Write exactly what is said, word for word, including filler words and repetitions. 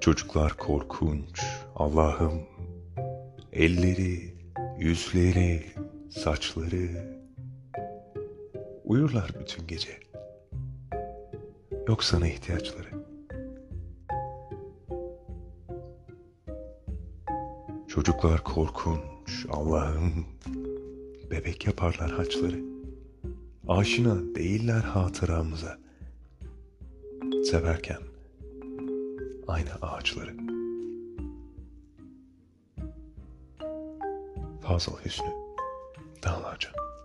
Çocuklar korkunç, Allah'ım. Elleri, yüzleri, saçları. Uyurlar bütün gece. Yok sana ihtiyaçları. Çocuklar korkunç, Allah'ım. Bebek yaparlar haçları. Aşina değiller hatıramıza. Severken aynı ağaçları. Fazıl Hüsnü Dağlarca.